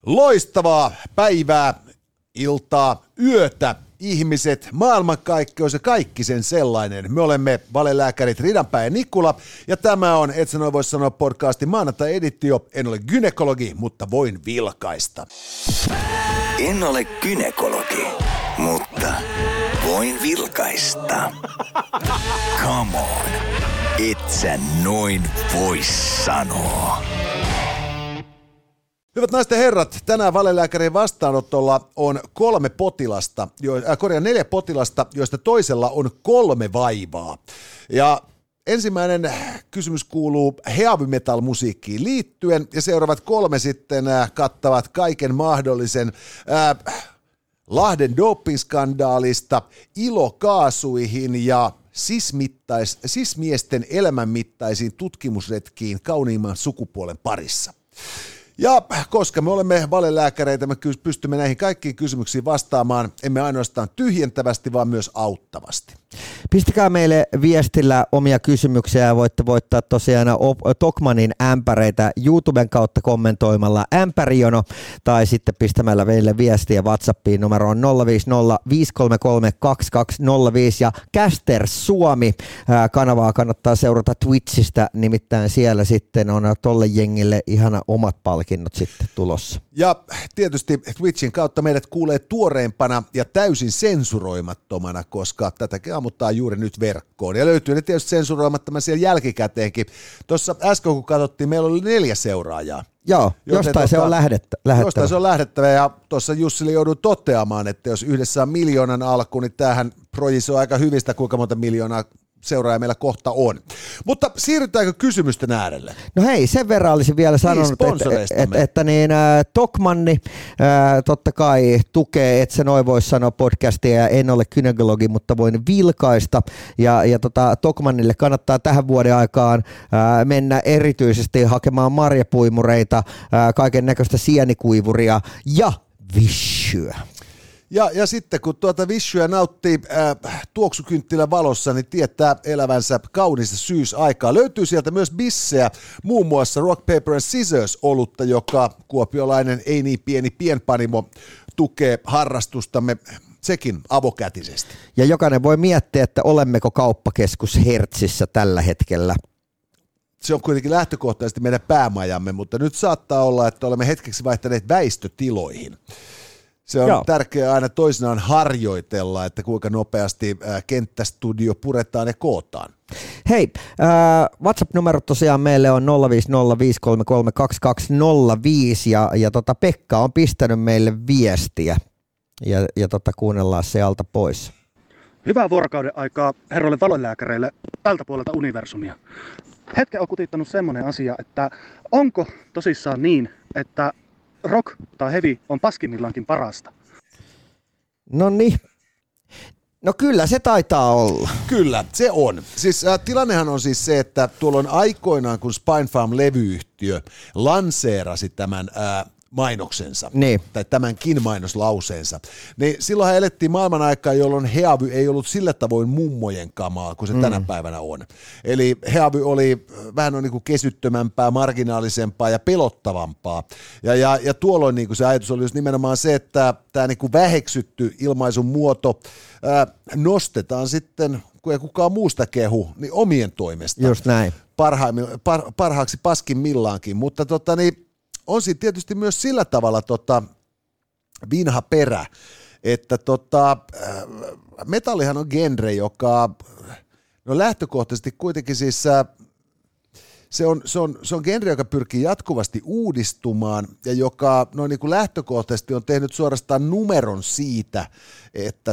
Loistavaa päivää, iltaa, yötä, ihmiset, maailmankaikkeus ja kaikki sen sellainen. Me olemme valelääkärit Ridanpää ja Nikula ja tämä on, et sä noin voi sanoa, podcastin maanantai-editio. En ole gynekologi, mutta voin vilkaista. En ole gynekologi, mutta voin vilkaista. Come on, et sä noin voi sanoa. Hyvät naiset ja herrat, tänään valelääkärin vastaanotolla on 4 potilasta, joista toisella on 3 vaivaa. Ja ensimmäinen kysymys kuuluu heavy metal musiikkiin liittyen ja seuraavat 3 sitten kattavat kaiken mahdollisen Lahden dopingskandaalista ilokaasuihin ja sismiesten elämänmittaisiin tutkimusretkiin kauniimman sukupuolen parissa. Ja koska me olemme valelääkäreitä, me pystymme näihin kaikkiin kysymyksiin vastaamaan, emme ainoastaan tyhjentävästi, vaan myös auttavasti. Pistäkää meille viestillä omia kysymyksiä ja voitte voittaa tosiaan Tokmannin ämpäreitä YouTuben kautta kommentoimalla ämpärijono tai sitten pistämällä meille viestiä WhatsAppiin numeroon 050 533 2205 ja Caster Suomi kanavaa kannattaa seurata Twitchistä, nimittäin siellä sitten on tolle jengille ihana omat palkinnot sitten tulossa. Ja tietysti Twitchin kautta meidät kuulee tuoreimpana ja täysin sensuroimattomana, koska tätäkin ammuttaa juuri nyt verkkoon. Ja löytyy ne tietysti sensuroimattoman siellä jälkikäteenkin. Tuossa äsken kun katsottiin, meillä oli 4 seuraajaa. Joo, jostain se on lähdettävä. Jostain se on lähdettävä ja tuossa Jussille joudun toteamaan, että jos yhdessä on miljoonan alku, niin tämähän projisoi aika hyvistä, kuinka monta miljoonaa seuraaja meillä kohta on. Mutta siirrytäänkö kysymysten äärelle? No hei, sen verran olisin vielä sanonut, että Tokmanni totta kai tukee, et sä noin voi sanoa podcastia ja en ole gynekologi, mutta voin vilkaista. Ja Tokmannille kannattaa tähän vuoden aikaan mennä erityisesti hakemaan marjapuimureita, kaiken näköistä sienikuivuria ja vissyä. Ja sitten kun tuota vissyä nauttii tuoksukynttilän valossa, niin tietää elävänsä kaunista syysaikaa. Löytyy sieltä myös bissejä, muun muassa Rock, Paper and Scissors -olutta, joka kuopiolainen ei niin pieni pienpanimo tukee harrastustamme sekin avokätisesti. Ja jokainen voi miettiä, että olemmeko kauppakeskus Hertsissä tällä hetkellä. Se on kuitenkin lähtökohtaisesti meidän päämajamme, mutta nyt saattaa olla, että olemme hetkeksi vaihtaneet väistötiloihin. Se on tärkeää aina toisinaan harjoitella, että kuinka nopeasti kenttästudio puretaan ja kootaan. Hei, WhatsApp-numero tosiaan meille on 050533205 ja Pekka on pistänyt meille viestiä ja kuunnellaan se alta pois. Hyvää vuorokauden aikaa herroille valonlääkäreille tältä puolelta universumia. Hetken on kutittanut semmoinen asia, että onko tosissaan niin, että rock tai heavy on paskimmillaankin parasta? Noniin. No kyllä se taitaa olla. Kyllä, se on. Siis tilannehan on siis se, että tuolloin aikoinaan, kun Spinefarm-levyyhtiö lanseerasi tämän mainoksensa, tai tämänkin mainoslauseensa, niin silloinhan elettiin maailman aikaa, jolloin heavy ei ollut sillä tavoin mummojen kamaa kuin se tänä päivänä on. Eli heavy oli vähän niin kuin kesyttömämpää, marginaalisempaa ja pelottavampaa. Ja tuolloin niin kuin se ajatus oli just nimenomaan se, että tämä niin kuin väheksytty ilmaisun muoto nostetaan sitten, kun ei kukaan muusta kehu, niin omien toimesta. Just näin. Parhaaksi paskimmillaankin, mutta on siinä tietysti myös sillä tavalla vinha perä, että metallihan on genre, joka lähtökohtaisesti kuitenkin siis se on genre, joka pyrkii jatkuvasti uudistumaan ja joka niin kuin lähtökohtaisesti on tehnyt suorastaan numeron siitä, että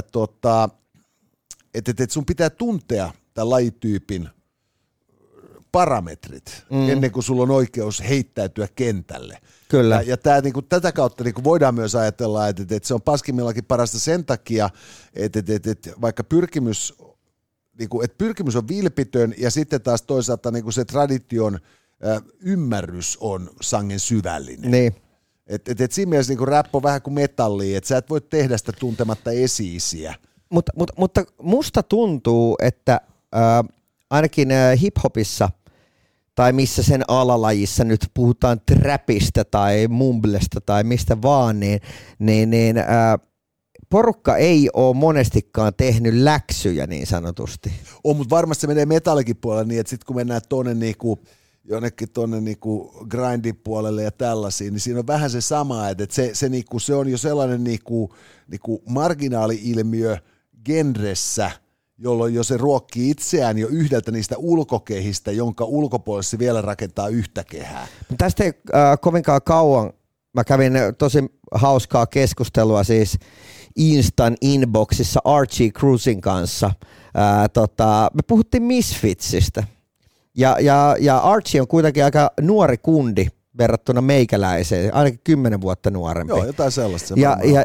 sun pitää tuntea tämän lajityypin parametrit ennen kuin sulla on oikeus heittäytyä kentälle. Kyllä. Ja tää, niin kuin, tätä kautta niin kuin voidaan myös ajatella, että se on paskimmillakin parasta sen takia, että vaikka pyrkimys on vilpitön ja sitten taas toisaalta niin kuin se tradition ymmärrys on sangen syvällinen. Niin. Et siinä mielessä niin kuin rap on vähän kuin metallia, että sä et voi tehdä sitä tuntematta esi-isiä. Mutta musta tuntuu, että ainakin hiphopissa tai missä sen alalajissa nyt puhutaan trapista tai mumblesta tai mistä vaan, niin porukka ei ole monestikaan tehnyt läksyjä niin sanotusti. Mutta varmasti se menee metallikin puolella niin, että sitten kun mennään tuonne niinku jonnekin tuonne niinku grindin puolelle ja tällaisiin, niin siinä on vähän se sama, että se on jo sellainen niinku marginaali-ilmiö genressä, jolloin jo se ruokkii itseään jo yhdeltä niistä ulkokehistä, jonka ulkopuolella se vielä rakentaa yhtä kehää. Tästä ei kovinkaan kauan. Mä kävin tosi hauskaa keskustelua siis Instan inboxissa Archie Cruisin kanssa. Me puhuttiin Misfitsistä. Ja Archie on kuitenkin aika nuori kundi verrattuna meikäläiseen, ainakin 10 vuotta nuorempi. Joo, jotain sellaista.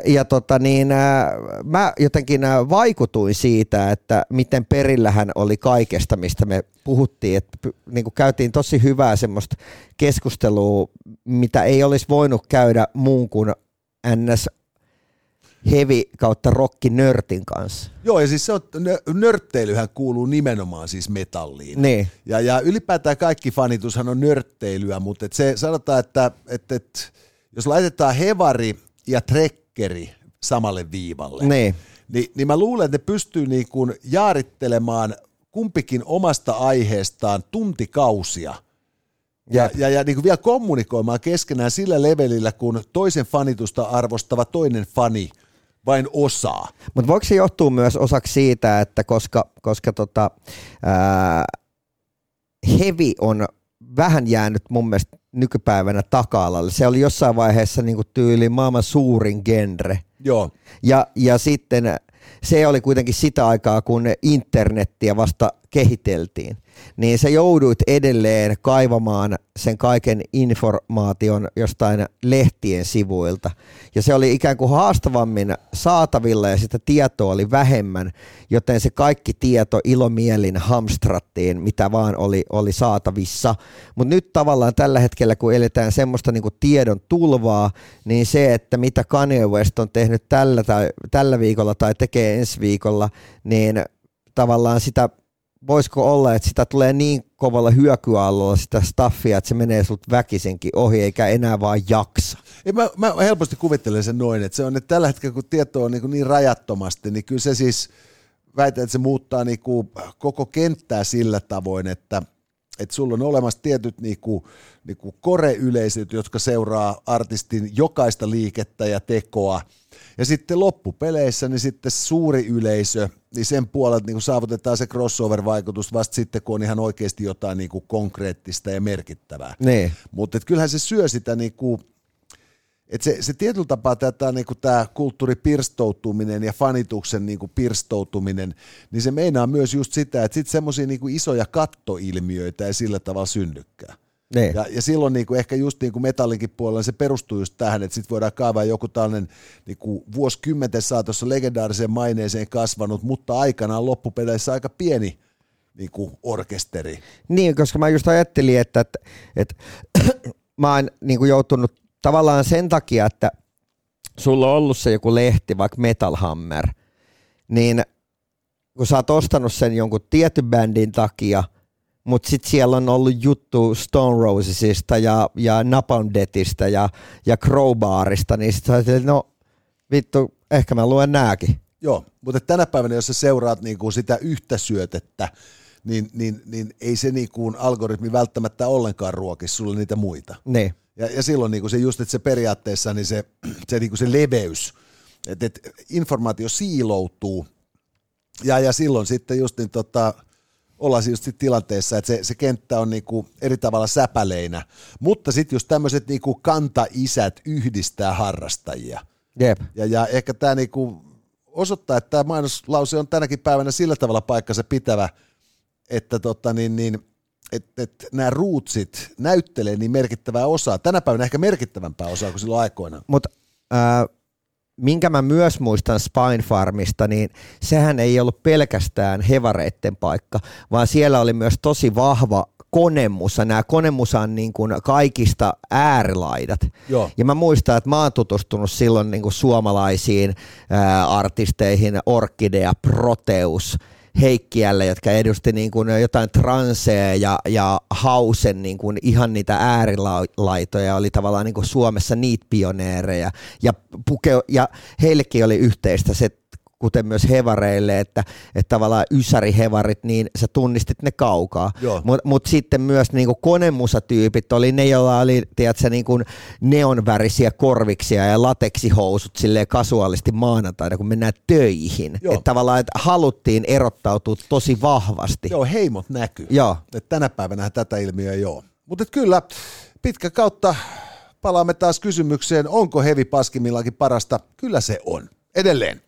Mä jotenkin vaikutuin siitä, että miten perillä hän oli kaikesta, mistä me puhuttiin. Että niin kuin käytiin tosi hyvää semmoista keskustelua, mitä ei olisi voinut käydä muun kuin NS heavy kautta rockinörtin kanssa. Joo, ja siis se on, nörtteilyhän kuuluu nimenomaan siis metalliin. Niin. Ja ylipäätään kaikki fanitushan on nörtteilyä, mutta se sanotaan, että jos laitetaan hevari ja trekkeri samalle viivalle, niin mä luulen, että ne pystyy niin kuin jaarittelemaan kumpikin omasta aiheestaan tuntikausia. Ja niin kuin vielä kommunikoimaan keskenään sillä levelillä, kun toisen fanitusta arvostava toinen fani vain osaa. Mutta voiko se johtua myös osaksi siitä, että koska heavy on vähän jäänyt mun mielestä nykypäivänä taka-alalle. Se oli jossain vaiheessa niin kuin tyyliin maailman suurin genre. Joo. Ja sitten se oli kuitenkin sitä aikaa, kun internettiä vasta kehiteltiin, niin sä jouduit edelleen kaivamaan sen kaiken informaation jostain lehtien sivuilta. Ja se oli ikään kuin haastavammin saatavilla ja sitä tietoa oli vähemmän, joten se kaikki tieto ilomielin hamstrattiin, mitä vaan oli saatavissa. Mutta nyt tavallaan tällä hetkellä, kun eletään semmoista niinku tiedon tulvaa, niin se, että mitä Kanye West on tehnyt tällä viikolla tai tekee ensi viikolla, niin tavallaan sitä voisiko olla, että sitä tulee niin kovalla hyökyaallolla sitä staffia, että se menee sut väkisenkin ohi, eikä enää vaan jaksa. Mä helposti kuvittelen sen noin, että se on, että tällä hetkellä kun tieto on niin rajattomasti, niin kyllä se siis väitän, että se muuttaa niin kuin koko kenttää sillä tavoin, että sulla on olemassa tietyt niin kuin core-yleisöt, jotka seuraa artistin jokaista liikettä ja tekoa, ja sitten loppupeleissä niin sitten suuri yleisö, niin sen puolelta niin saavutetaan se crossover-vaikutus vasta sitten, kun on ihan oikeasti jotain niin kuin konkreettista ja merkittävää. Nee. Mutta kyllähän se syö sitä, niin kuin, että se tietyllä tapaa niin tämä kulttuuripirstoutuminen ja fanituksen niin kuin pirstoutuminen, niin se meinaa myös just sitä, että sitten semmoisia niin kuin isoja kattoilmiöitä ei sillä tavalla synnykään. Ja silloin niin kuin ehkä just niin kuin metallinkin puolella se perustuu just tähän, että sitten voidaan kaivaa joku tällainen niin kuin vuosikymmenten saatossa legendaariseen maineeseen kasvanut, mutta aikanaan loppupeleissä aika pieni niin kuin orkesteri. Niin, koska mä just ajattelin, että mä oon niin kuin joutunut tavallaan sen takia, että sulla on ollut se joku lehti, vaikka Metal Hammer, niin kun sä oot ostanut sen jonkun tietyn bändin takia, mutta sitten siellä on ollut juttu Stone Rosesista ja Napalm Deathistä ja Crowbarista, niin sitten sä ajattelet, no vittu, ehkä mä luen nääkin. Joo, mutta tänä päivänä, jos sä seuraat niinku sitä yhtä syötettä, niin ei se niinku algoritmi välttämättä ollenkaan ruokisi sulle niitä muita. Niin. Ja silloin niinku se just, että se periaatteessa niin se niinku se leveys, että informaatio siiloutuu, ja silloin sitten just niin ollaan just tilanteessa, että se kenttä on niinku eri tavalla säpäleinä, mutta sitten just tämmöiset niinku kantaisät yhdistää harrastajia. Jep. Ja ehkä tämä niinku osoittaa, että tämä mainoslause on tänäkin päivänä sillä tavalla paikkansa pitävä, että nämä rootsit näyttelee niin merkittävää osaa. Tänä päivänä ehkä merkittävämpää osaa kuin silloin aikoinaan. Mutta minkä mä myös muistan Spinefarmista, niin sehän ei ollut pelkästään hevareitten paikka, vaan siellä oli myös tosi vahva konemusa. Nämä konemusa on niin kuin kaikista äärilaidat. Joo. Ja mä muistan, että mä oon tutustunut silloin niin kuin suomalaisiin artisteihin, Orkidea, Proteus, Heikkiälle, jotka edusti niin kuin jotain transeja ja hausen niin kuin ihan niitä äärilaitoja, oli tavallaan niin kuin Suomessa niitä pioneereja ja heillekin oli yhteistä se, kuten myös hevareille, että tavallaan ysärihevarit, niin sä tunnistit ne kaukaa. Mut sitten myös niinku konemusatyypit oli ne, joilla oli tiedätkö, niinku neonvärisiä korviksia ja lateksihousut silleen kasuaalisti maanantaina, kun mennään töihin. Että tavallaan että haluttiin erottautua tosi vahvasti. Joo, heimot näkyy. Tänä päivänä tätä ilmiöä ei ole. Mutta kyllä pitkä kautta palaamme taas kysymykseen, onko hevi paskimmillakin parasta? Kyllä se on. Edelleen.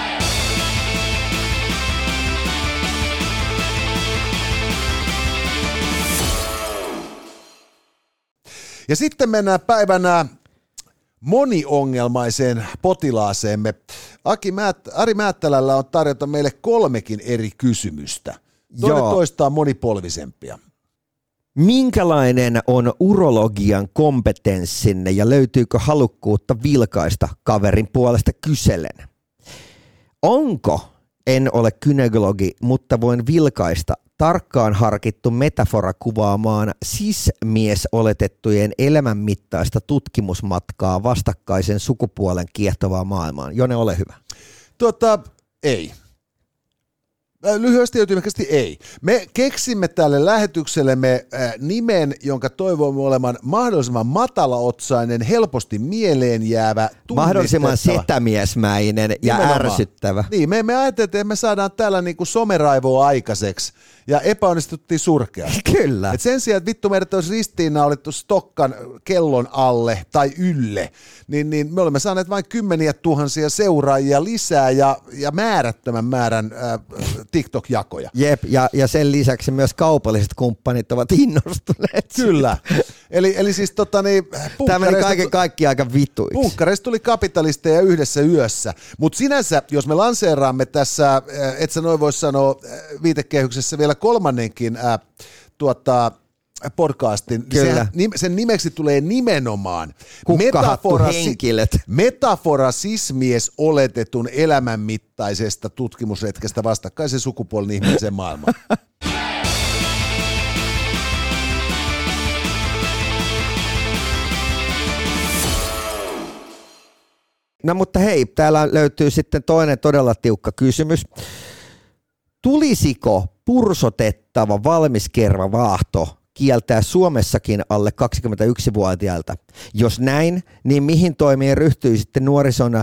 Ja sitten mennään päivänä moniongelmaiseen potilaaseemme. Ari Määttälällä on tarjota meille 3 eri kysymystä. Toinen toistaan monipolvisempia. Minkälainen on urologian kompetenssinne ja löytyykö halukkuutta vilkaista kaverin puolesta kyselen? Onko, en ole gynekologi, mutta voin vilkaista, tarkkaan harkittu metafora kuvaamaan cis-mies oletettujen elämänmittaista tutkimusmatkaa vastakkaisen sukupuolen kiehtovaa maailmaan? Jone, ole hyvä. Ei. Lyhyesti ja ytimekkäästi ei. Me keksimme tälle lähetyksellemme nimen, jonka toivomme olevan mahdollisimman matalaotsainen, helposti mieleen jäävä, mahdollisimman setämiesmäinen ja ärsyttävä. Niin, me ajattelemme, että me saadaan täällä niinku someraivoa aikaiseksi ja epäonnistuttiin surkeasti. Kyllä. Et sen sijaan, että vittu meidät olisi ristiinnaulettu Stokkan kellon alle tai ylle, niin me olemme saaneet vain 10 000 seuraajia lisää ja määrättömän määrän TikTok-jakoja. Jep, ja sen lisäksi myös kaupalliset kumppanit ovat innostuneet. Kyllä. Eli siis tämä meni kaiken kaikkiaan aika vituiksi. Punkkareista tuli kapitalisteja yhdessä yössä, mutta sinänsä, jos me lanseeraamme tässä, et sä noin voisi sanoa viitekehyksessä vielä 3. podcastin, niin sen nimeksi tulee nimenomaan metafora cis-mies oletetun elämänmittaisesta tutkimusretkestä vastakkaisen sukupuolen ihmisen maailmaan. No mutta hei, täällä löytyy sitten toinen todella tiukka kysymys. Tulisiko pursotettava valmiskermavaahto kieltää Suomessakin alle 21-vuotiailta? Jos näin, niin mihin toimiin ryhtyy sitten nuorisona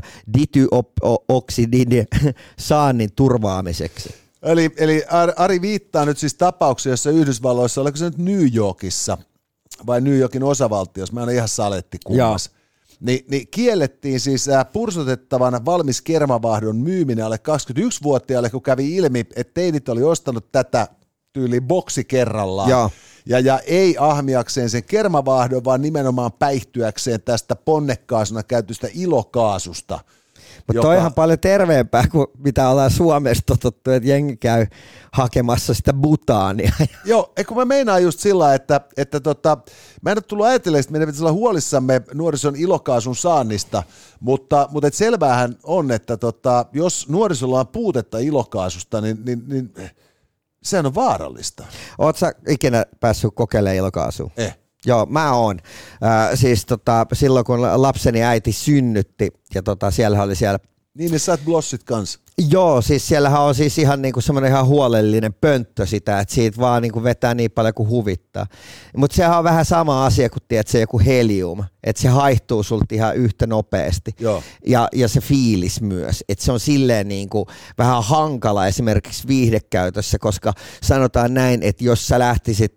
dityoksidin saannin turvaamiseksi? Eli Ari viittaa nyt siis tapaukseen, jossa Yhdysvalloissa, oliko se nyt New Yorkissa vai New Yorkin osavaltiossa, mä olen ihan saletti kummas. Niin kiellettiin siis pursotettavan valmis kermavahdon myyminen alle 21-vuotiaille, kun kävi ilmi, että teinit oli ostanut tätä tyyliin boksi kerrallaan. Ja ei ahmiakseen sen kermavahdon, vaan nimenomaan päihtyäkseen tästä ponnekaasuna käytystä ilokaasusta. Mutta toi on ihan paljon terveempää kuin mitä ollaan Suomessa totuttu, että jengi käy hakemassa sitä butaania. Joo, kun mä meinaan just sillä, että mä en ole tullut ajatella, että meidän pitäisi olla huolissamme nuorison ilokaasun saannista, mutta et selväähän on, että jos nuorisolla on puutetta ilokaasusta, niin sehän on vaarallista. Ootko sä ikinä päässyt kokeilemaan ilokaasua? Joo, mä oon. Siis silloin kun lapseni äiti synnytti ja siellähän oli siellä. Niin sä et glossit kanssa. Joo, siis siellähän on siis ihan niinku semmoinen ihan huolellinen pönttö sitä, että siitä vaan niinku vetää niin paljon kuin huvittaa. Mutta sehän on vähän sama asia kuin se joku helium, että se haihtuu sulta ihan yhtä nopeasti. Joo. Ja se fiilis myös, että se on silleen niinku vähän hankala esimerkiksi viihdekäytössä, koska sanotaan näin, että jos sä lähtisit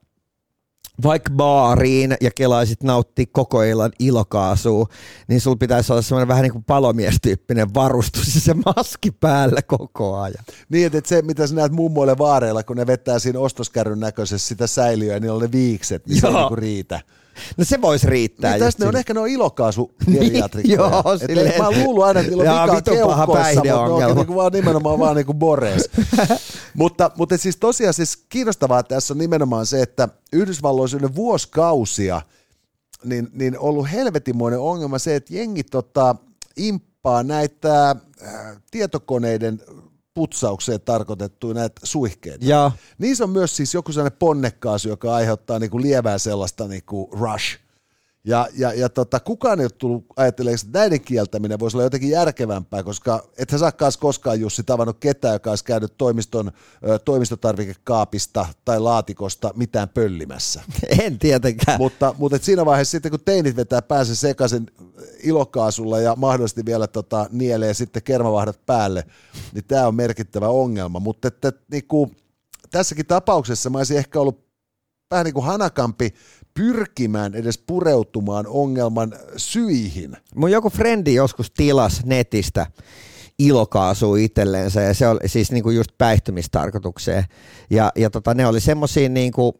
vaikka baariin ja kelaisit nauttia koko illan ilokaasua, niin sulla pitäisi olla semmoinen vähän niin kuin palomiestyyppinen varustus ja se maski päällä koko ajan. Niin, että se mitä sä näet mummoille vaareilla, kun ne vetää siinä ostoskärryn näköisessä sitä säiliöä, niin on ne viikset, niin se ei niinku riitä. No se voisi riittää. Niin tästä ne on ehkä ne on ilokaasugeriatrikkoja. Joo, silleen. Mä oon luullut aina, että niillä on vikaa keuhkoissa, mutta ne on niinku vaan nimenomaan vaan niinku borees. mutta siis tosiaan siis kiinnostavaa tässä on nimenomaan se, että Yhdysvalloissa on vuosikausia niin ollut helvetimoinen ongelma se, että jengi imppaa näitä tietokoneiden putsaukseen tarkoitettuja näitä suihkeita. Ja. Niissä on myös siis joku sellainen ponnekkaasu, joka aiheuttaa niinku lievää sellaista niinku rush. Ja kukaan ei ole tullut ajattelemaan, että näiden kieltäminen voisi olla jotenkin järkevämpää, koska ethän sä koskaan, Jussi, tavannut ketään, joka olisi käynyt toimistotarvikekaapista tai laatikosta mitään pöllimässä. En tietenkään. Mutta siinä vaiheessa sitten, kun teinit vetää päänsä sekaisin ilokaasulla ja mahdollisesti vielä nielee sitten kermavahdat päälle, niin tämä on merkittävä ongelma. Mutta niinku, tässäkin tapauksessa mä olisin ehkä ollut vähän niin kuin hanakampi pyrkimään edes pureutumaan ongelman syihin. Mun joku frendi joskus tilasi netistä ilokaasua itselleensä ja se oli siis niinku just päihtymistarkoitukseen. Ja ne oli semmosia niinku,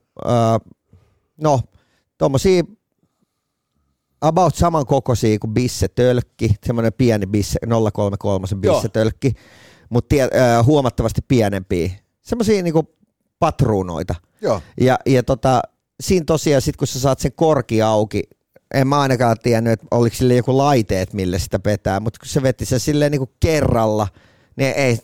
tommosia about saman kokoisia kuin bissetölkki, semmoinen pieni 033 bissetölkki, mutta huomattavasti pienempiä. Semmosia niinku patruunoita. Joo. Ja siinä tosiaan sit kun sä saat sen korki auki, en mä ainakaan tiennyt, että oliko sille joku laiteet, millä sitä petää, mutta kun se veti sen silleen niinku kerralla, niin ei,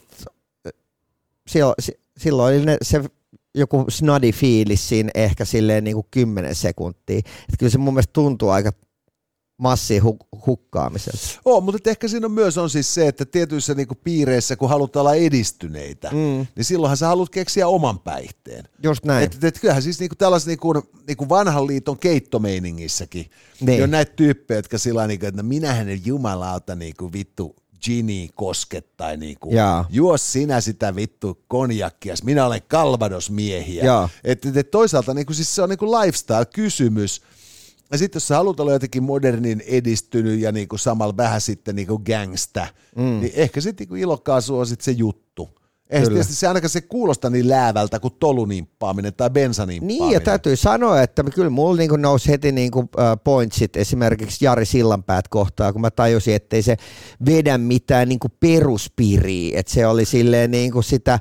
silloin oli se joku snadi fiilis siinä ehkä silleen niinku 10 sekuntia. Että kyllä se mun mielestä tuntuu aika massia hukkaamiselta. Mutta ehkä siinä on siis se, että tietyissä niinku piireissä, kun halutaan olla edistyneitä, niin silloinhan sä haluat keksiä oman päihteen. Just näin. Et kyllähän siis niinku tällaisen niinku vanhan liiton keittomeiningissäkin niin on näitä tyyppejä, jotka sillä niinku, että minähän en jumalauta niinku vittu Ginny kosket tai niinku, juo sinä sitä vittu konjakkias, minä olen Calvados-miehiä. Et toisaalta niinku, siis se on niinku lifestyle-kysymys. Ja sitten jos sä haluat olla jotenkin modernin edistynyt ja niinku samalla vähän sitten niinku gangsta, niin ehkä sitten niinku ilokaasu on sitten se juttu. Eihän tietysti se ainakaan se kuulostaa niin läävältä kuin tolunimppaaminen tai bensanimppaaminen. Niin, ja täytyy sanoa, että kyllä mulla niinku nousi heti niinku pointsit esimerkiksi Jari Sillanpäät kohtaa, kun mä tajusin, ettei se vedä mitään niinku peruspiriä, että se oli silleen niinku sitä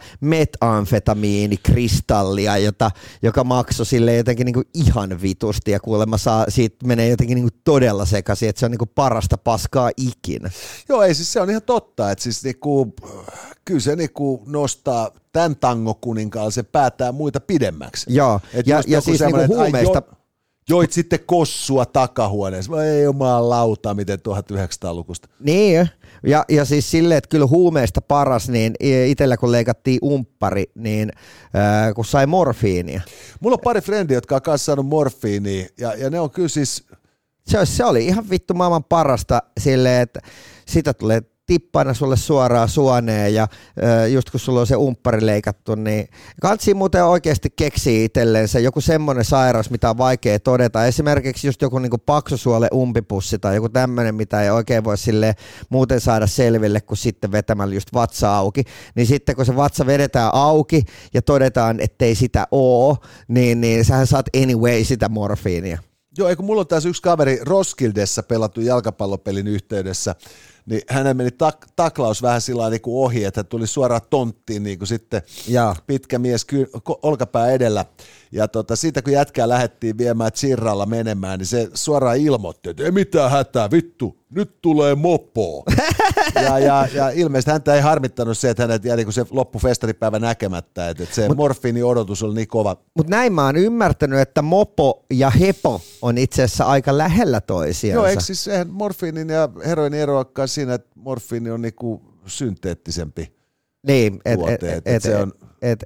metamfetamiinikristallia, joka maksoi silleen jotenkin niinku ihan vitusti, ja kuulemma siitä menee jotenkin niinku todella sekaisin, että se on niinku parasta paskaa ikinä. Joo, ei siis se on ihan totta, että siis niinku, kyllä se niinku nostaa tämän tangokuninkaan, se päätää muita pidemmäksi. Joo, ja siis niinku huumeista. Joit sitten kossua takahuoneessa, ei jumalauta, miten 1900-lukusta. Niin, ja siis silleen, että kyllä huumeista paras, niin itsellä kun leikattiin umppari, niin kun sai morfiinia. Mulla on pari frendiä, jotka on kanssa saanut morfiinia, ja ne on kyllä siis... Se oli ihan vittu maailman parasta silleen, että sitä tulee tippana sulle suoraan suoneen ja just kun sulla on se umppari leikattu, niin kansi muuten oikeasti keksii itsellensä joku semmoinen sairaus, mitä on vaikea todeta. Esimerkiksi just joku niinku paksusuole umpipussi tai joku tämmöinen, mitä ei oikein voi sille muuten saada selville, kun sitten vetämällä just vatsa auki. Niin sitten kun se vatsa vedetään auki ja todetaan, ettei sitä oo, niin sähän saat anyway sitä morfiinia. Joo, eikö mulla on taas yksi kaveri Roskildessa pelattu jalkapallopelin yhteydessä, niin hänen meni taklaus vähän sillä niin kuin ohi, että hän tuli suoraan tonttiin niin kuin sitten pitkä mies olkapää edellä. Ja siitä kun jätkää lähdettiin viemään Chirralla menemään, niin se suoraan ilmoitti, että ei mitään hätää, vittu, nyt tulee mopo. ja ilmeisesti häntä ei harmittanut se, että hänet jäi niin kuin se loppufestaripäivä näkemättä, että se morfiinin odotus oli niin kova. Mutta näin mä oon ymmärtänyt, että mopo ja hepo on itse asiassa aika lähellä toisiansa. Joo, eikö siis morfiinin ja heroinin eroakaan siinä, että morfiini on niinku synteettisempi tuote, että se on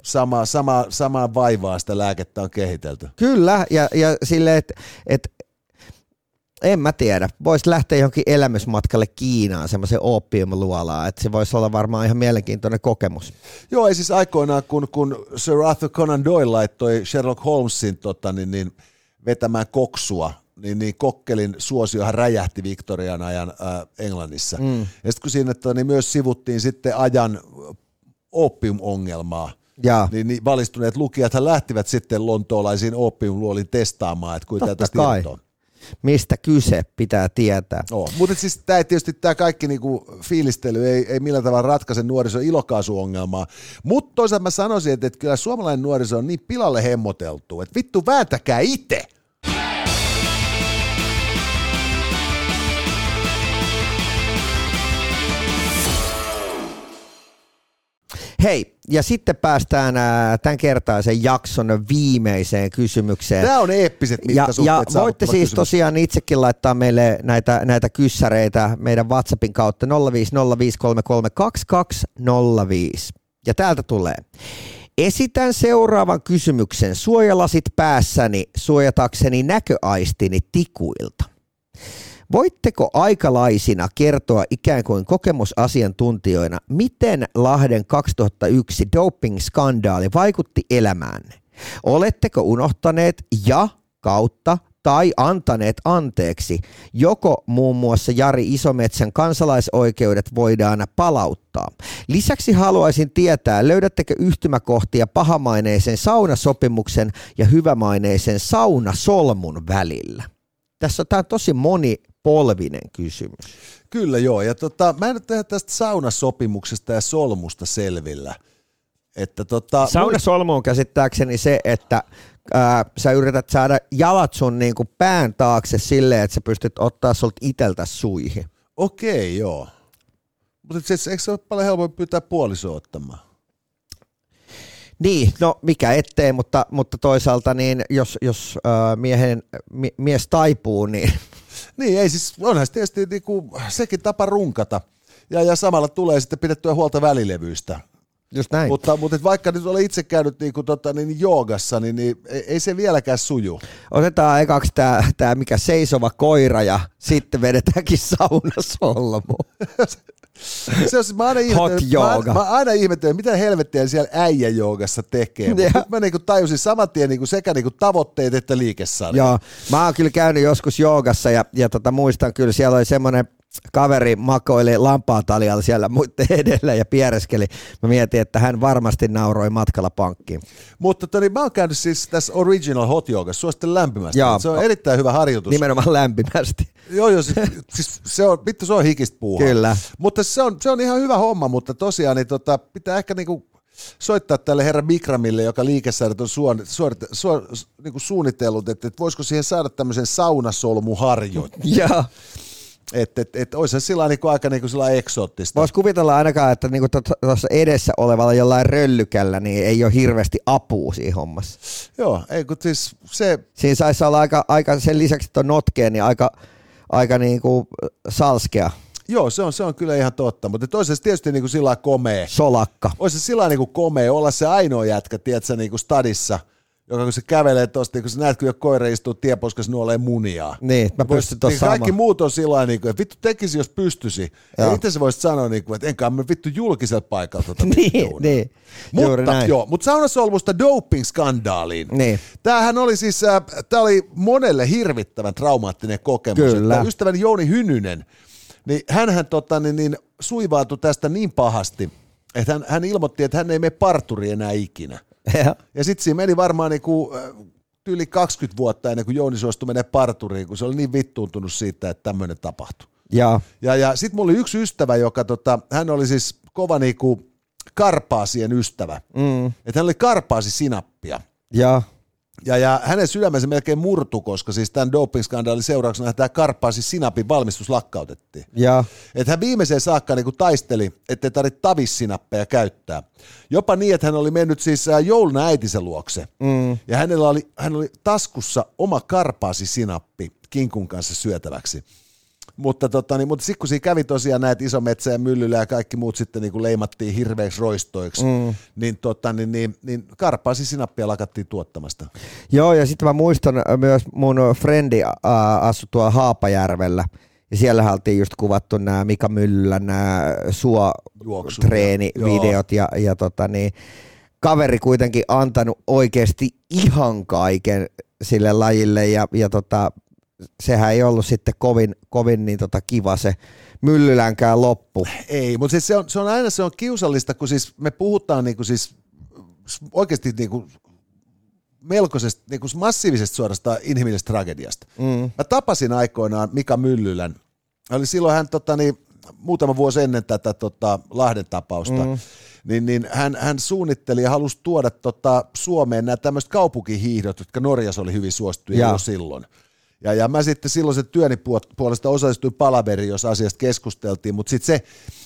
samaa vaivaa sitä lääkettä on kehitelty. Kyllä, ja silleen, että en mä tiedä, voisi lähteä johonkin elämysmatkalle Kiinaan semmoisen opiumluolaan, että se voisi olla varmaan ihan mielenkiintoinen kokemus. Joo, ei siis aikoinaan, kun Sir Arthur Conan Doyle laittoi Sherlock Holmesin niin vetämään koksua, niin kokkelin suosiohan räjähti Victorian ajan Englannissa. Ja sitten kun siinä niin myös sivuttiin sitten ajan opium-ongelmaa, niin valistuneet lukijathan lähtivät sitten lontoolaisiin opiumluoliin testaamaan, että kuinka tästä tietoa. Mistä kyse pitää tietää. Mutta siis tämä kaikki niinku fiilistely ei millään tavalla ratkaise nuorison ilokaasuongelmaa, mutta toisaalta mä sanoisin, että kyllä suomalainen nuoriso on niin pilalle hemmoteltu, että vittu vääntäkää itse. Hei, ja sitten päästään tämän kertaisen jakson viimeiseen kysymykseen. Tämä on eeppiset mittasuhteet. Ja voitte siis tosiaan itsekin laittaa meille näitä kyssäreitä meidän WhatsAppin kautta 050533205. Ja täältä tulee. Esitän seuraavan kysymyksen. Suojalasit päässäni suojatakseni näköaistini tikuilta. Voitteko aikalaisina kertoa ikään kuin kokemusasiantuntijoina, miten Lahden 2001 doping-skandaali vaikutti elämäänne? Oletteko unohtaneet ja kautta tai antaneet anteeksi, joko muun muassa Jari Isometsän kansalaisoikeudet voidaan palauttaa? Lisäksi haluaisin tietää, löydättekö yhtymäkohtia pahamaineisen saunasopimuksen ja hyvämaineisen saunasolmun välillä? Tämä on tosi monipolvinen kysymys. Kyllä joo, ja mä en nyt tehdä tästä saunasopimuksesta ja solmusta selvillä. Että saunasolmu on käsittääkseni se, että sä yrität saada jalat sun niinku pään taakse silleen, että sä pystyt ottaa sulta iteltä suihin. Okei, joo. Mutta eikö se ole paljon helpompi pyytää puolisoa ottamaan? Niin, no mikä ettei, mutta toisaalta niin jos mies taipuu, niin... Niin, ei siis, onhan se tietysti niinku, sekin tapa runkata. Ja samalla tulee sitten pidettyä huolta välilevyistä. Just näin. Mutta vaikka nyt olen itse käynyt niin joogassa, niin ei se vieläkään suju. Otetaan ekaksi tämä mikä seisova koira ja sitten vedetäänkin saunasolmu. Mä aina ihmettelen, mitä helvettiä siellä äijäjoogassa tekee. Mutta mä niinku tajusin saman tien niinku sekä niinku tavoitteet että liikesarja. Joo, mä oon kyllä käynyt joskus joogassa ja muistan kyllä, siellä oli semmoinen kaveri makoili lampaantaljalla siellä muiden edellä ja piereskeli. Mä mietin, että hän varmasti nauroi matkalla pankkiin. Mutta mä oon käynyt siis tässä Original Hot Yogassa, suosittelen lämpimästi. Joo, se on erittäin hyvä harjoitus. Nimenomaan lämpimästi. Joo, siis se on hikistä puuhaa. Kyllä. Mutta se on ihan hyvä homma, mutta tosiaan niin pitää ehkä niinku soittaa tälle herra Bikramille, joka liikesarjat on niinku suunnitellut, että voisiko siihen saada tämmöisen saunasolmuharjoituksen. Joo. Että olisi se sillä niinku aika niinku sillä eksoottista. Voisi kuvitella ainakaan, että niinku tuossa edessä olevalla jollain röllykällä niin ei ole hirveästi apua siinä hommassa. Joo, ei kun siis se... Siinä saisi olla aika sen lisäksi, että on notkea, niin aika niinku salskea. Joo, se on kyllä ihan totta, mutta toisaalta tietysti niinku sillä komea. Solakka. Olisi se sillä niinku komea, olla se ainoa jätkä, tiedätkö, niinku stadissa, joka kun se kävelee tosta, kun sä näet, kun koira istuu tieposkassa nuolee muniaa. Niin, mä pystyn tuossa niin kaikki muut on sillä tavalla, että vittu tekisi, jos pystyisi. Ja itse sä voisit sanoa, että enkä mä vittu julkisella paikalla niin. Mutta saunasolmusta doping-skandaaliin. Niin. Tämähän oli siis, tää oli monelle hirvittävän traumaattinen kokemus. Kyllä. Ystäväni Jouni Hynynen, niin hänhän suivaantui tästä niin pahasti, että hän ilmoitti, että hän ei mene parturiin enää ikinä. Ja sitten siinä meni varmaan niinku yli 20 vuotta ennen kuin Jouni suostui menee parturiin, kun se oli niin vittuuntunut siitä, että tämmöinen tapahtui. Ja sitten mulla oli yksi ystävä, joka hän oli siis kova niinku karpaasien ystävä. Että hän oli karpaasisinappia. Ja hänen sydämensä melkein murtui, koska siis tämän doping-skandaalin seurauksena tämä karpaasisinapin valmistus lakkautettiin. Että hän viimeiseen saakka niin taisteli, ettei tarvitse tavissinappeja käyttää. Jopa niin, että hän oli mennyt siis jouluna äitinsä luokse. Ja hän oli taskussa oma karpaasisinappi kinkun kanssa syötäväksi. Mutta sitten kun siinä kävi tosiaan näitä Isometsä ja Myllylä ja kaikki muut sitten niin kuin leimattiin hirveäksi roistoiksi, niin karpaasisinappia lakattiin tuottamasta. Joo, ja sitten mä muistan myös mun frendi asui tuolla Haapajärvellä, ja siellä oltiin just kuvattu nämä Mika Myllylän nämä suotreenivideot, ja kaveri kuitenkin antanut oikeasti ihan kaiken sille lajille, ja sehän ei ollut sitten kovin niin kiva se Myllylänkään loppu. Ei, mutta siis se on kiusallista, kun siis me puhutaan niinku siis oikeasti niinku melkoisesta niinku massiivisesta suorastaan inhimillisestä tragediasta. Mä tapasin aikoinaan Mika Myllylän. Silloin hän muutama vuosi ennen tätä Lahden tapausta. Niin hän suunnitteli ja halusi tuoda Suomeen nämä tämmöiset kaupunkihiihdot, jotka Norjassa oli hyvin suosittuja jo silloin. Ja mä sitten silloin sen työni puolesta osallistuin palaveriin, jos asiasta keskusteltiin, mutta sitten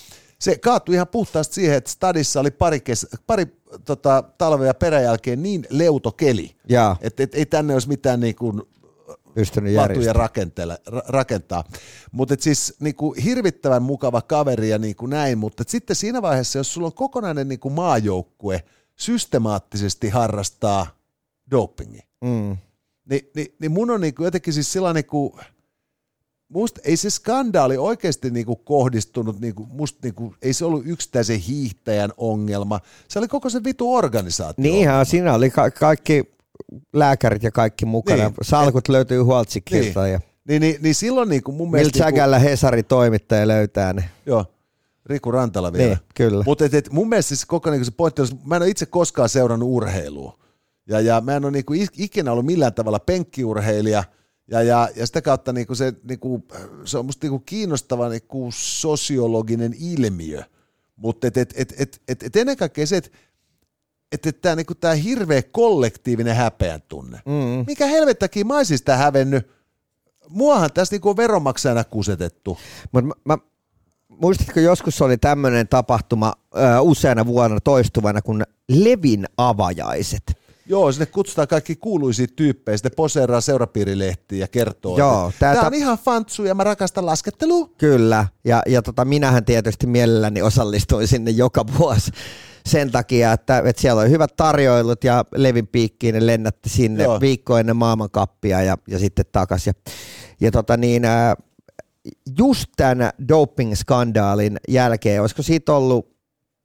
Se kaatui ihan puhtaasti siihen, että stadissa oli pari talvea peräjälkeen niin leuto keli, että ei tänne olisi mitään niin kuin latuja rakentaa. Mutta siis niin kuin hirvittävän mukava kaveri ja niin kuin näin, mutta sitten siinä vaiheessa, jos sulla on kokonainen niin kuin maajoukkue systemaattisesti harrastaa dopingia, niin mun on niin kuin jotenkin siis sellainen, niin musta ei se skandaali oikeasti niinku kohdistunut, ei se ollut yksittäisen hiihtäjän ongelma, se oli koko se vitu organisaatio. Niinhän, siinä oli kaikki lääkärit ja kaikki mukana, salkut löytyy Huoltsikilta. Niin silloin niinku mun mielestä... Miltä säkällä Hesari-toimittaja löytää ne. Joo, Riku Rantala vielä. Niin, kyllä. Mutta mun mielestä se koko niinku se pointti on, mä en ole itse koskaan seurannut urheilua, ja mä en ole niinku ikinä ollut millään tavalla penkkiurheilija, ja sitä kautta se on musta kiinnostava sosiologinen ilmiö, mutta ennen kaikkea se, että tämä hirveä kollektiivinen häpeän tunne. Mikä helvettäkin mä olisin sitä hävennyt, muahan tässä on veronmaksajana kusetettu. Muistatko, joskus oli tämmöinen tapahtuma useana vuonna toistuvana kuin Levin avajaiset? Joo, sinne kutsutaan kaikki kuuluisia tyyppejä, sitten poseeraa seurapiirilehtiin ja kertoo, että tämä on ihan fantsu ja mä rakastan laskettelua. Kyllä, ja minähän tietysti mielelläni osallistuin sinne joka vuosi sen takia, että siellä oli hyvät tarjoilut ja Levin piikkiin ne lennätti sinne viikko ennen maailmankappia ja sitten takaisin. Ja just tämän doping-skandaalin jälkeen, olisiko siitä ollut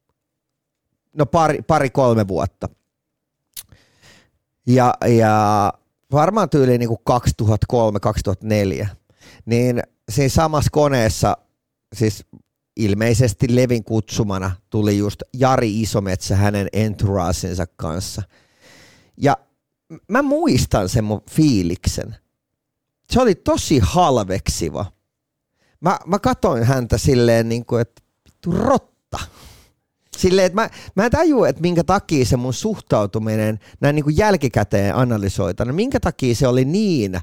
pari-kolme vuotta, ja varmaan tyyliin niin kuin 2003-2004, niin siinä samassa koneessa, siis ilmeisesti Levin kutsumana, tuli just Jari Isometsä hänen entouragensa kanssa. Ja mä muistan sen mun fiiliksen. Se oli tosi halveksiva. Mä katoin häntä silleen, niin kuin, että vittu rotta. Silleen, että mä en tajua, että minkä takia se mun suhtautuminen näin niin kuin jälkikäteen analysoitana, minkä takia se oli niin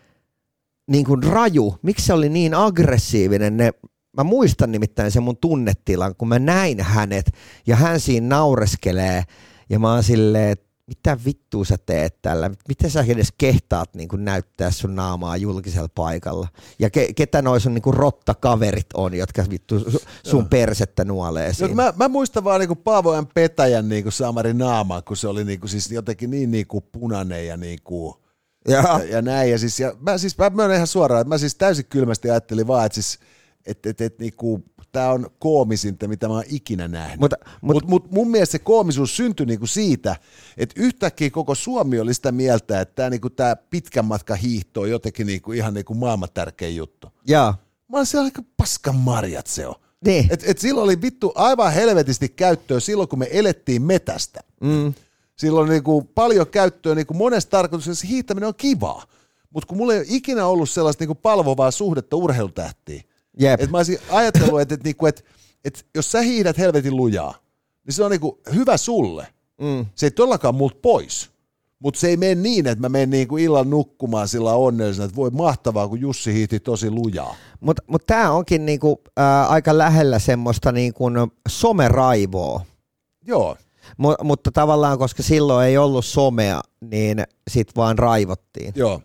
kuin raju, miksi se oli niin aggressiivinen. Mä muistan nimittäin sen mun tunnetilan, kun mä näin hänet ja hän siinä naureskelee ja mä oon silleen, että mitä vittua sä teet tällä, miten sä edes kehtaat niin kuin näyttää sun naamaa julkisella paikalla ja ketä nois on niin kuin rottakaverit on, jotka vittu sun persettä nuolee siinä. Mä muistan vaan niin kuin Paavo M. Petäjän niin kuin Samarin naamaa, kun se oli niin kuin siis jotenkin niin kuin punainen ja niin kuin ja näin. Ja mä myönnän ihan suoraan, että mä siis täysin kylmästi ajattelin vaan, että siis että niinku, tää on koomisinta, mitä mä oon ikinä nähnyt. Mutta mun mielestä se koomisuus syntyi niinku siitä, että yhtäkkiä koko Suomi oli sitä mieltä, että tää niinku, pitkän matkan hiihto on jotenkin niinku, ihan niinku maailman tärkein juttu. Jaa. Mä oon siellä aika paskan marjat se on. Niin. Et silloin oli vittu aivan helvetisti käyttöä silloin, kun me elettiin metästä. Silloin niinku, paljon käyttöä niinku, monessa tarkoituksessa hiihtäminen on kivaa. Mutta kun mulla ei ole ikinä ollut sellaista niinku, palvovaa suhdetta urheilutähtiin, että mä olisin ajatellut, että jos sä hiihdät helvetin lujaa, niin se on niinku hyvä sulle. Se ei todellakaan multa pois, mutta se ei mene niin, että mä menen niinku illan nukkumaan sillä onnellisena, että voi mahtavaa, kun Jussi hiihti tosi lujaa. Mutta tää onkin niinku, aika lähellä semmoista niinku someraivoa. Joo. Mutta tavallaan, koska silloin ei ollut somea, niin sit vaan raivottiin. Joo.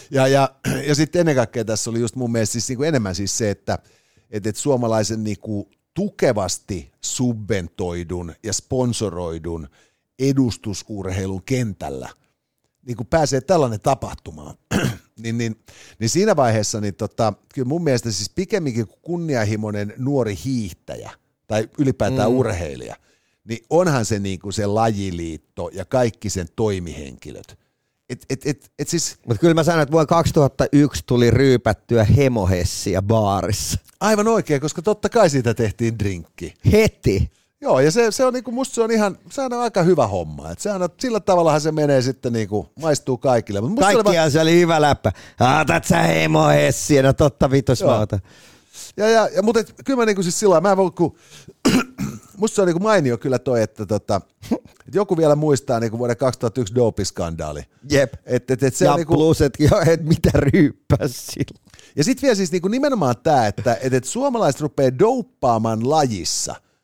Ja sitten ennen kaikkea tässä oli just mun mielestä siis niinku enemmän siis se, että suomalaisen niinku tukevasti subventoidun ja sponsoroidun edustusurheilun kentällä niinku pääsee tällainen tapahtumaan. niin siinä vaiheessa niin kyllä mun mielestä siis pikemminkin kuin kunnianhimoinen nuori hiihtäjä tai ylipäätään urheilija, niin onhan se niinku se lajiliitto ja kaikki sen toimihenkilöt. Siis, mutta kyllä mä sanon, että vuonna 2001 tuli ryypättyä hemohessia baarissa. Aivan oikein, koska totta kai siitä tehtiin drinkki. Heti. Joo, ja se on niinku, musta se on aika hyvä homma. Et sillä tavallahan se menee sitten niinku, maistuu kaikille. Kaikkiaan se oli hyvä läppä. Aatat sä hemohessia, no totta vitos mä otan. Mutta kyllä mä niinku siis sillä mä en voi, kun musta se on niinku mainio kyllä toi, että joku vielä muistaa niinku vuoden 2001 dopiskandaali. Jep. Se ja on niinku, plus, että mitä ryyppäs sillä. Ja sitten vielä siis niinku nimenomaan tämä, että suomalaiset rupeaa douppaamaan lajissa,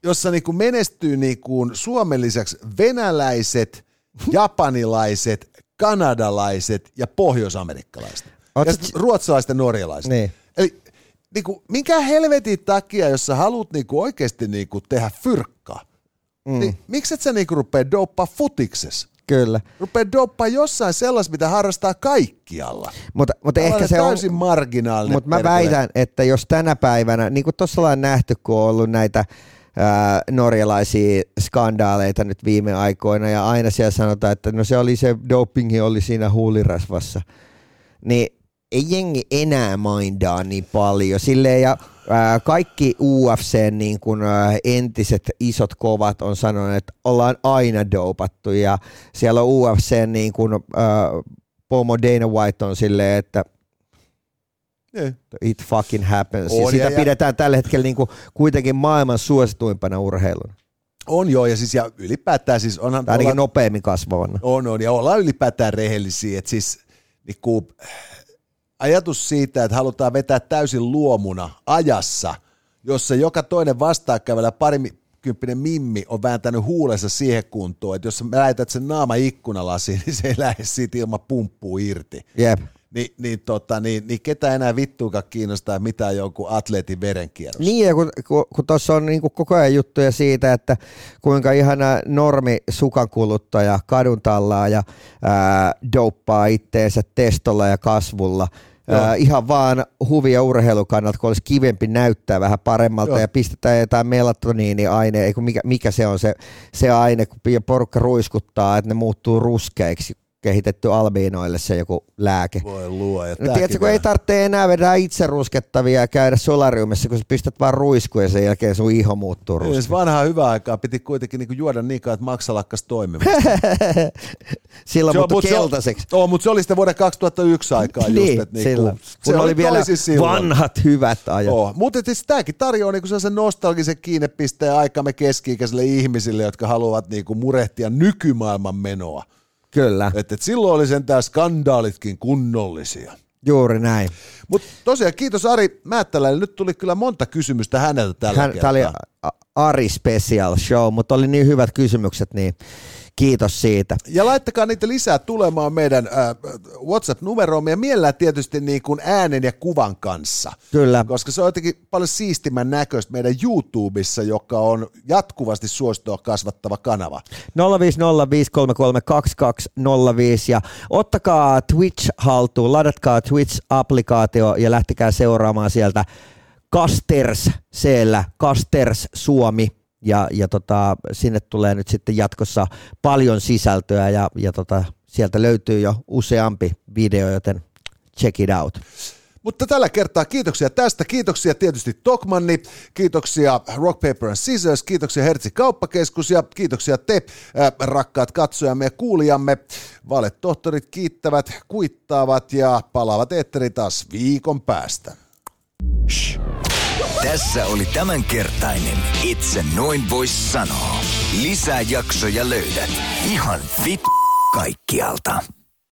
jossa niinku menestyy niinku Suomen lisäksi venäläiset, japanilaiset, kanadalaiset ja pohjoisamerikkalaiset. Ja ruotsalaiset ja norjalaiset. Niin. Eli niinku, minkä helvetin takia, jos sä haluat niinku oikeasti niinku tehdä fyrkkaa, niin miksi et sä niinku rupea douppaa futiksessa? Kyllä. Rupea douppaa jossain sellaista, mitä harrastaa kaikkialla. Mutta ehkä se täysin on marginaalinen. Mutta mä väitän, että jos tänä päivänä, niin kuin tuossa ollaan nähty, kun on ollut näitä norjalaisia skandaaleita nyt viime aikoina, ja aina siellä sanotaan, että no se dopingi oli siinä huulirasvassa, niin ei jengi enää mindaa niin paljon. Silleen, ja kaikki UFC:n niin kun, entiset isot kovat on sanonut, että ollaan aina dopattu, ja siellä on UFC:n niin kun, pomo Dana White on silleen, että it fucking happens. Ja sitä pidetään tällä hetkellä niin kuin kuitenkin maailman suosituimpana urheiluna. On joo, ja siis ja ylipäätään siis onhan... Ainakin nopeammin kasvavana. On, ja ollaan ylipäätään rehellisiä, että siis niinku, ajatus siitä, että halutaan vetää täysin luomuna ajassa, jossa joka toinen vastaankäyvällä parikymppinen mimmi on vääntänyt huulensa siihen kuntoon, että jos sä lähetät sen naama ikkunalasiin, niin se ei lähde siitä ilman pumppuu irti. Jep. Niin ketä enää vittuakaan kiinnostaa mitään jonkun atleetin verenkierros. Niin, ja kun tuossa on niin kuin koko ajan juttuja siitä, että kuinka ihana normi sukankuluttaja kadun tallaaja douppaa itteensä testolla ja kasvulla. Ihan vaan huvi- ja urheilukannalta, kun olisi kivempi näyttää vähän paremmalta ja pistetään jotain melatoniini-aine, mikä se on se aine, kun porukka ruiskuttaa, että ne muuttuu ruskeiksi. Kehitetty albiinoille se joku lääke. Voi luoja. No, tiedätkö, kun ei tarvitse enää vedää itse ruskettavia ja käydä solariumissa, kun sä pistät vaan ruiskuja ja sen jälkeen sun iho muuttuu ruskeaksi. Vanhaa hyvää aikaa piti kuitenkin niinku juoda niin kauan, että maksa lakkas toimimasta. Silloin muuttui keltaiseksi. Mutta se oli sitten vuoden 2001 aikaa just. Niin, silloin. Kun oli vielä siis vanhat hyvät ajat. Mutta siis tämäkin tarjoaa niinku sellaisen nostalgisen kiinnepisteen aikamme keski-ikäisille ihmisille, jotka haluavat niinku murehtia nykymaailman menoa. Kyllä. Että silloin oli sentään skandaalitkin kunnollisia. Juuri näin. Mutta tosiaan kiitos Ari Määttälälle. Nyt tuli kyllä monta kysymystä häneltä tällä kertaa. Tämä oli Ari Special Show, mutta oli niin hyvät kysymykset, niin kiitos siitä. Ja laittakaa niitä lisää tulemaan meidän WhatsApp-numeroon ja mielellään tietysti niin kuin äänen ja kuvan kanssa. Kyllä. Koska se on jotenkin paljon siistimän näköistä meidän YouTubessa, joka on jatkuvasti suosittua kasvattava kanava. 050533205 ja ottakaa Twitch haltuun, ladatkaa Twitch-applikaatio ja lähtekää seuraamaan sieltä Casters Casters Suomi. Ja sinne tulee nyt sitten jatkossa paljon sisältöä ja sieltä löytyy jo useampi video, joten check it out. Mutta tällä kertaa kiitoksia tästä, kiitoksia tietysti Tokmanni, kiitoksia Rock Paper and Scissors, kiitoksia Hertzi Kauppakeskus ja kiitoksia te rakkaat katsojamme ja kuulijamme. Valetohtorit kiittävät, kuittaavat ja palaavat eetteriin taas viikon päästä. Shh. Tässä oli tämänkertainen Itse noin vois sanoa. Lisää jaksoja löydät ihan kaikkialta.